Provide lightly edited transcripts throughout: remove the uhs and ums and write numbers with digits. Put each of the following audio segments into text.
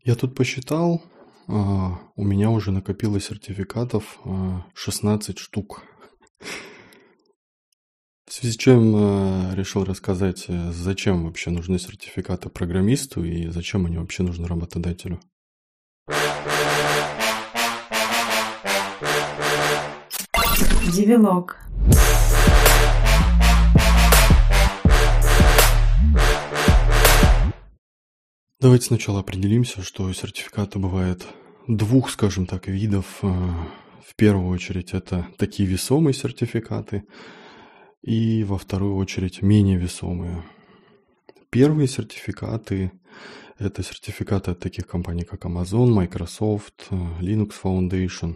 Я тут посчитал, у меня уже накопилось сертификатов 16 штук. В связи с чем решил рассказать, зачем вообще нужны сертификаты программисту и зачем они вообще нужны работодателю. Девилог. Давайте сначала определимся, что сертификаты бывают двух, скажем так, видов. В первую очередь это такие весомые сертификаты, и во вторую очередь менее весомые. Первые сертификаты – это сертификаты от таких компаний, как Amazon, Microsoft, Linux Foundation.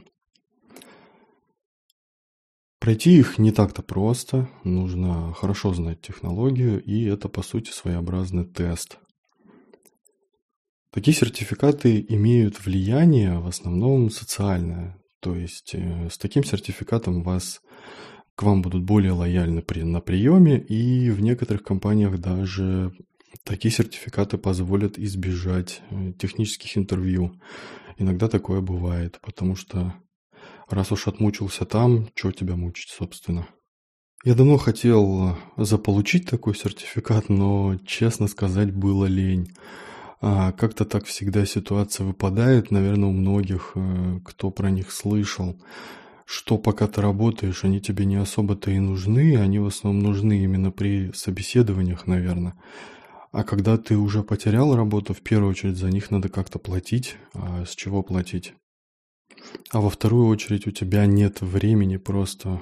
Пройти их не так-то просто, нужно хорошо знать технологию, и это, по сути, своеобразный тест. Такие сертификаты имеют влияние в основном социальное, то есть с таким сертификатом к вам будут более лояльны на приеме, и в некоторых компаниях даже такие сертификаты позволят избежать технических интервью. Иногда такое бывает, потому что раз уж отмучился там, чего тебя мучить, собственно. Я давно хотел заполучить такой сертификат, но, честно сказать, было лень. Как-то так всегда ситуация выпадает, наверное, у многих, кто про них слышал, что пока ты работаешь, они тебе не особо-то и нужны, они в основном нужны именно при собеседованиях, наверное. А когда ты уже потерял работу, в первую очередь за них надо как-то платить. А с чего платить? А во вторую очередь у тебя нет времени просто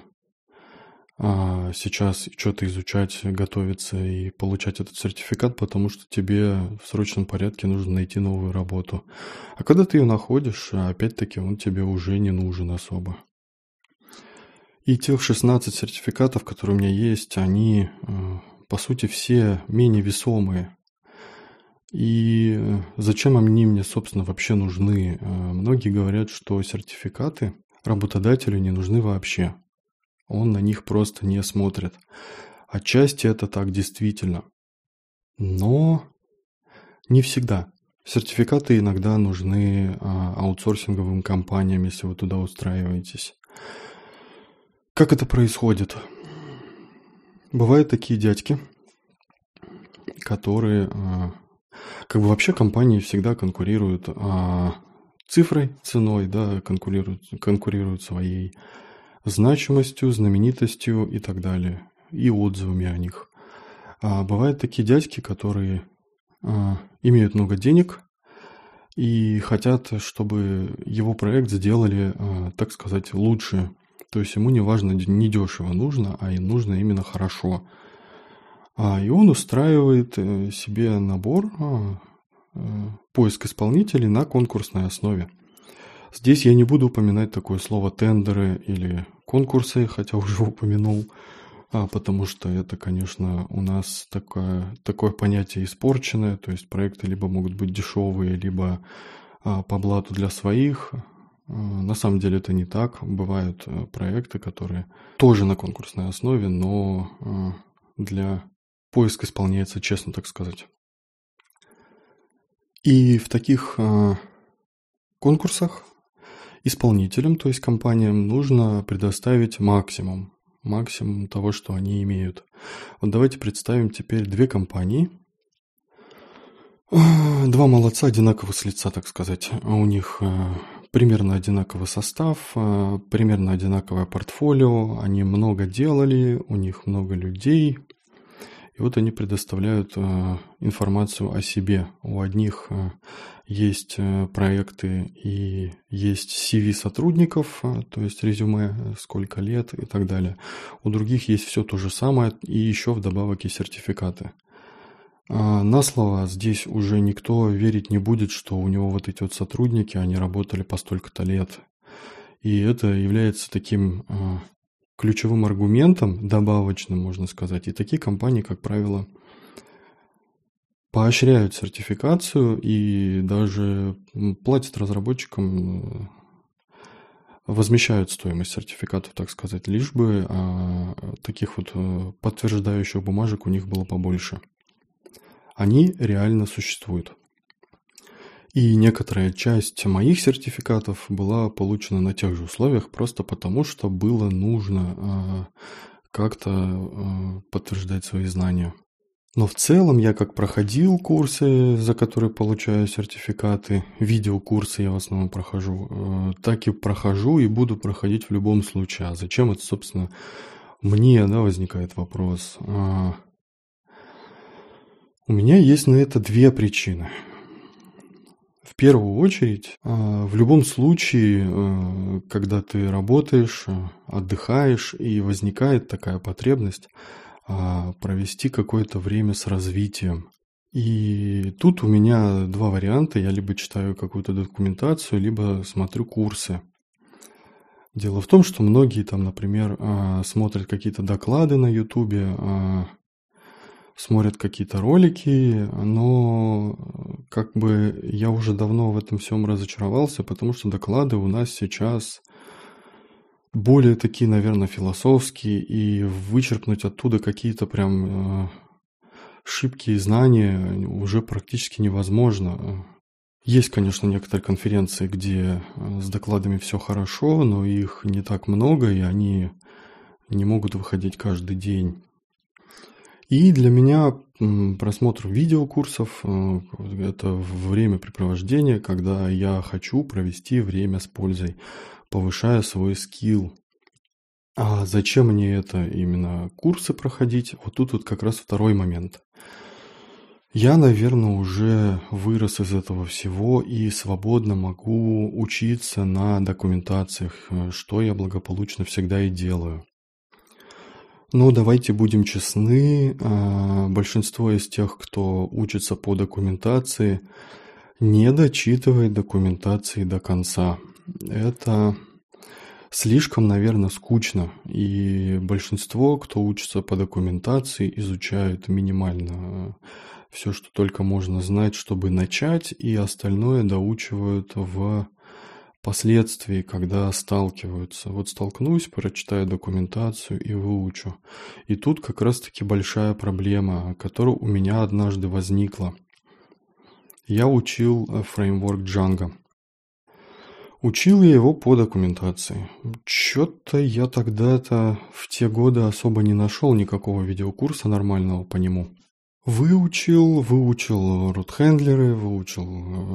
сейчас что-то изучать, готовиться и получать этот сертификат, потому что тебе в срочном порядке нужно найти новую работу. А когда ты ее находишь, опять-таки он тебе уже не нужен особо. И тех 16 сертификатов, которые у меня есть, они, по сути, все менее весомые. И зачем они мне, собственно, вообще нужны? Многие говорят, что сертификаты работодателю не нужны вообще. Он на них просто не смотрит. Отчасти это так действительно. Но не всегда. Сертификаты иногда нужны аутсорсинговым компаниям, если вы туда устраиваетесь. Как это происходит? Бывают такие дядьки, которые... вообще компании всегда конкурируют цифрой, ценой, да, конкурируют своей значимостью, знаменитостью и так далее, и отзывами о них. Бывают такие дядьки, которые имеют много денег и хотят, чтобы его проект сделали, так сказать, лучше. То есть ему не важно, не дешево нужно, а им нужно именно хорошо. И он устраивает себе набор, поиск исполнителей на конкурсной основе. Здесь я не буду упоминать такое слово «тендеры» или «конкурсы», хотя уже упомянул, потому что это, конечно, у нас такое понятие испорченное, то есть проекты либо могут быть дешевые, либо по блату для своих. На самом деле это не так. Бывают проекты, которые тоже на конкурсной основе, но поиск исполняется, честно так сказать. И в таких конкурсах исполнителям, то есть компаниям, нужно предоставить максимум того, что они имеют. Вот давайте представим теперь две компании. Два молодца, одинаковых с лица, так сказать. У них примерно одинаковый состав, примерно одинаковое портфолио. Они много делали, у них много людей. И вот они предоставляют информацию о себе. У одних есть проекты и есть CV сотрудников, то есть резюме, сколько лет и так далее. У других есть все то же самое и еще вдобавок и сертификаты. На слово здесь уже никто верить не будет, что у него вот эти вот сотрудники, они работали по столько-то лет. И это является таким ключевым аргументом, добавочным, можно сказать. И такие компании, как правило, поощряют сертификацию и даже платят разработчикам, возмещают стоимость сертификатов, так сказать, лишь бы таких вот подтверждающих бумажек у них было побольше. Они реально существуют. И некоторая часть моих сертификатов была получена на тех же условиях, просто потому что было нужно как-то подтверждать свои знания. Но в целом я как проходил курсы, за которые получаю сертификаты, видеокурсы я в основном прохожу, так и прохожу и буду проходить в любом случае. А зачем это, собственно, мне, да, возникает вопрос. У меня есть на это две причины. В первую очередь, в любом случае, когда ты работаешь, отдыхаешь, и возникает такая потребность провести какое-то время с развитием. И тут у меня два варианта. Я либо читаю какую-то документацию, либо смотрю курсы. Дело в том, что многие там, например, смотрят какие-то доклады на Ютубе, смотрят какие-то ролики, но как бы я уже давно в этом всем разочаровался, потому что доклады у нас сейчас более такие, наверное, философские, и вычерпнуть оттуда какие-то прям шибкие знания уже практически невозможно. Есть, конечно, некоторые конференции, где с докладами все хорошо, но их не так много, и они не могут выходить каждый день. И для меня просмотр видеокурсов – это времяпрепровождение, когда я хочу провести время с пользой, повышая свой скилл. А зачем мне это именно курсы проходить? Вот тут вот как раз второй момент. Я, наверное, уже вырос из этого всего и свободно могу учиться на документациях, что я благополучно всегда и делаю. Но давайте будем честны, большинство из тех, кто учится по документации, не дочитывает документации до конца. Это слишком, наверное, скучно. И большинство, кто учится по документации, изучают минимально все, что только можно знать, чтобы начать, и остальное доучивают впоследствии, когда сталкиваются. Вот столкнусь, прочитаю документацию и выучу. И тут как раз-таки большая проблема, которая у меня однажды возникла. Я учил фреймворк Django. Учил я его по документации. Чё-то я тогда-то в те годы особо не нашел никакого видеокурса нормального по нему. Выучил root-хендлеры, выучил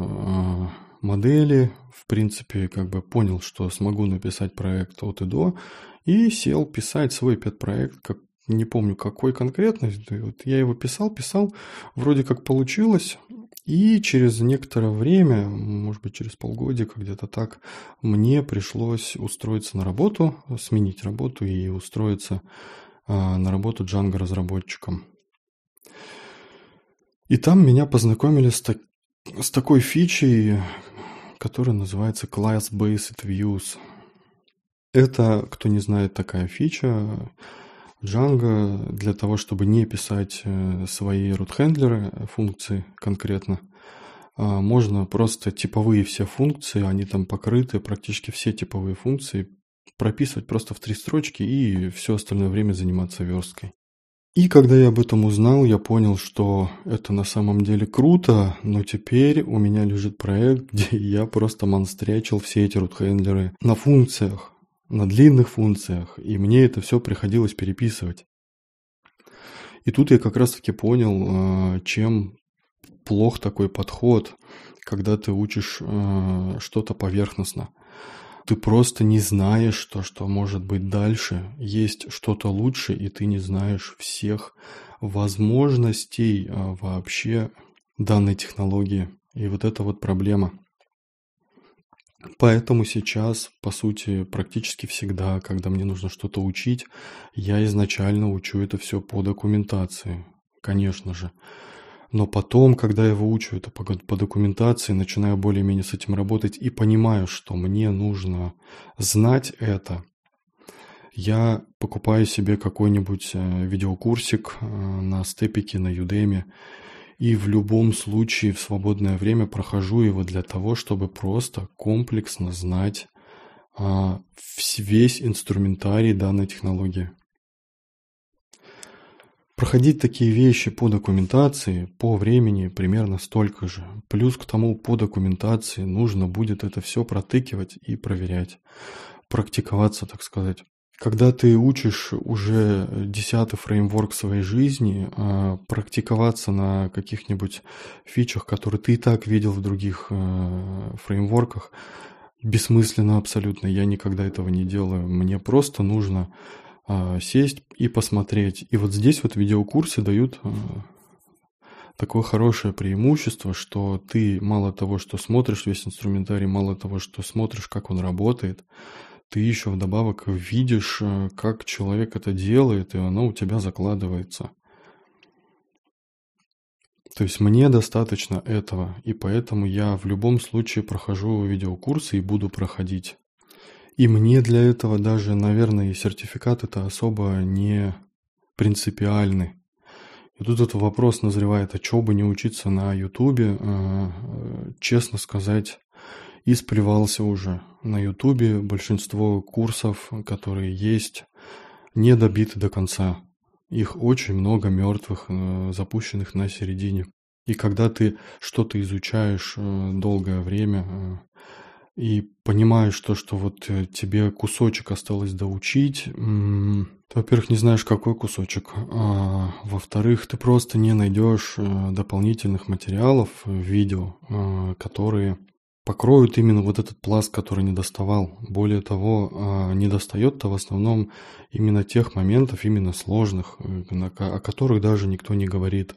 модели, в принципе, как бы понял, что смогу написать проект от и до, и сел писать свой пет-проект, не помню какой конкретно, вот я его писал, вроде как получилось, и через некоторое время, может быть через полгодика, где-то так, мне пришлось устроиться на работу, сменить работу и устроиться на работу Django разработчиком. И там меня познакомили с такой фичей, которая называется Class-Based Views. Это, кто не знает, такая фича Django для того, чтобы не писать свои root-хендлеры, функции конкретно. Можно просто типовые все функции, они там покрыты, практически все типовые функции, прописывать просто в 3 строчки и все остальное время заниматься версткой. И когда я об этом узнал, я понял, что это на самом деле круто, но теперь у меня лежит проект, где я просто монстрячил все эти root-хендлеры на функциях, на длинных функциях, и мне это все приходилось переписывать. И тут я как раз-таки понял, чем плох такой подход, когда ты учишь что-то поверхностно. Ты просто не знаешь то, что может быть дальше. Есть что-то лучше, и ты не знаешь всех возможностей вообще данной технологии. И вот это вот проблема. Поэтому сейчас, по сути, практически всегда, когда мне нужно что-то учить, я изначально учу это все по документации, конечно же. Но потом, когда я выучу это по документации, начинаю более-менее с этим работать и понимаю, что мне нужно знать это, я покупаю себе какой-нибудь видеокурсик на Степике, на Udemy, и в любом случае в свободное время прохожу его для того, чтобы просто комплексно знать весь инструментарий данной технологии. Проходить такие вещи по документации, по времени примерно столько же. Плюс к тому, по документации нужно будет это все протыкивать и проверять. Практиковаться, так сказать. Когда ты учишь уже 10-й фреймворк своей жизни, практиковаться на каких-нибудь фичах, которые ты и так видел в других фреймворках, бессмысленно абсолютно. Я никогда этого не делаю. Мне просто нужно сесть и посмотреть. И вот здесь вот видеокурсы дают такое хорошее преимущество, что ты мало того, что смотришь весь инструментарий, мало того, что смотришь, как он работает, ты еще вдобавок видишь, как человек это делает, и оно у тебя закладывается. То есть мне достаточно этого, и поэтому я в любом случае прохожу видеокурсы и буду проходить. И мне для этого даже, наверное, сертификаты-то особо не принципиальны. И тут этот вопрос назревает, а чего бы не учиться на Ютубе? Честно сказать, исплевался уже. На Ютубе большинство курсов, которые есть, не добиты до конца. Их очень много мертвых, запущенных на середине. И когда ты что-то изучаешь долгое время и понимаешь то, что вот тебе кусочек осталось доучить, ты, во-первых, не знаешь, какой кусочек, а во-вторых, ты просто не найдешь дополнительных материалов в видео, которые покроют именно вот этот пласт, который не доставал. Более того, не достает-то в основном именно тех моментов, именно сложных, о которых даже никто не говорит.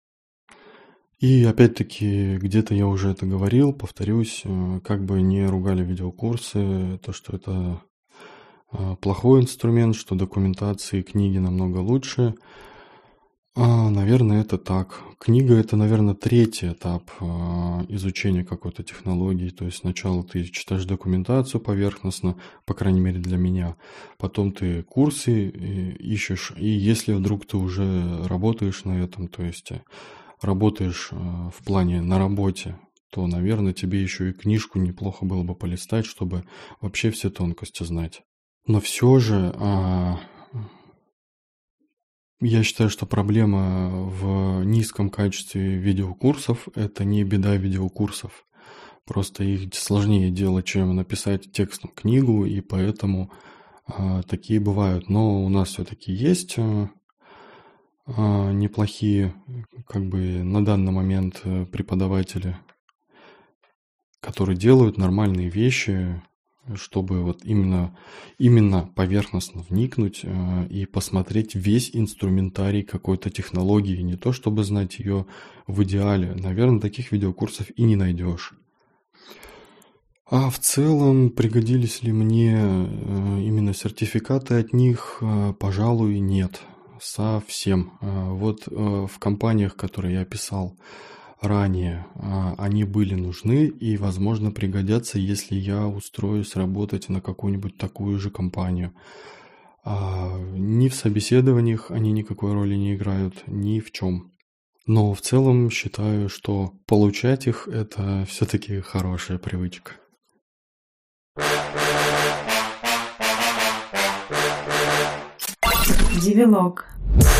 И опять-таки, где-то я уже это говорил, повторюсь, как бы не ругали видеокурсы, то, что это плохой инструмент, что документации и книги намного лучше. Наверное, это так. Книга – это, наверное, третий этап изучения какой-то технологии. То есть сначала ты читаешь документацию поверхностно, по крайней мере для меня. Потом ты курсы ищешь. И если вдруг ты уже работаешь на этом, то есть работаешь в плане на работе, то, наверное, тебе еще и книжку неплохо было бы полистать, чтобы вообще все тонкости знать. Но все же я считаю, что проблема в низком качестве видеокурсов – это не беда видеокурсов. Просто их сложнее делать, чем написать текстом книгу, и поэтому такие бывают. Но у нас все-таки есть неплохие, как бы на данный момент преподаватели, которые делают нормальные вещи, чтобы вот именно поверхностно вникнуть и посмотреть весь инструментарий какой-то технологии, не то чтобы знать ее в идеале. Наверное, таких видеокурсов и не найдешь. А в целом, пригодились ли мне именно сертификаты от них? Пожалуй, нет. Совсем. Вот в компаниях, которые я описал ранее, они были нужны и, возможно, пригодятся, если я устроюсь работать на какую-нибудь такую же компанию. Ни в собеседованиях они никакой роли не играют, ни в чем. Но в целом считаю, что получать их – это все-таки хорошая привычка. Девилог.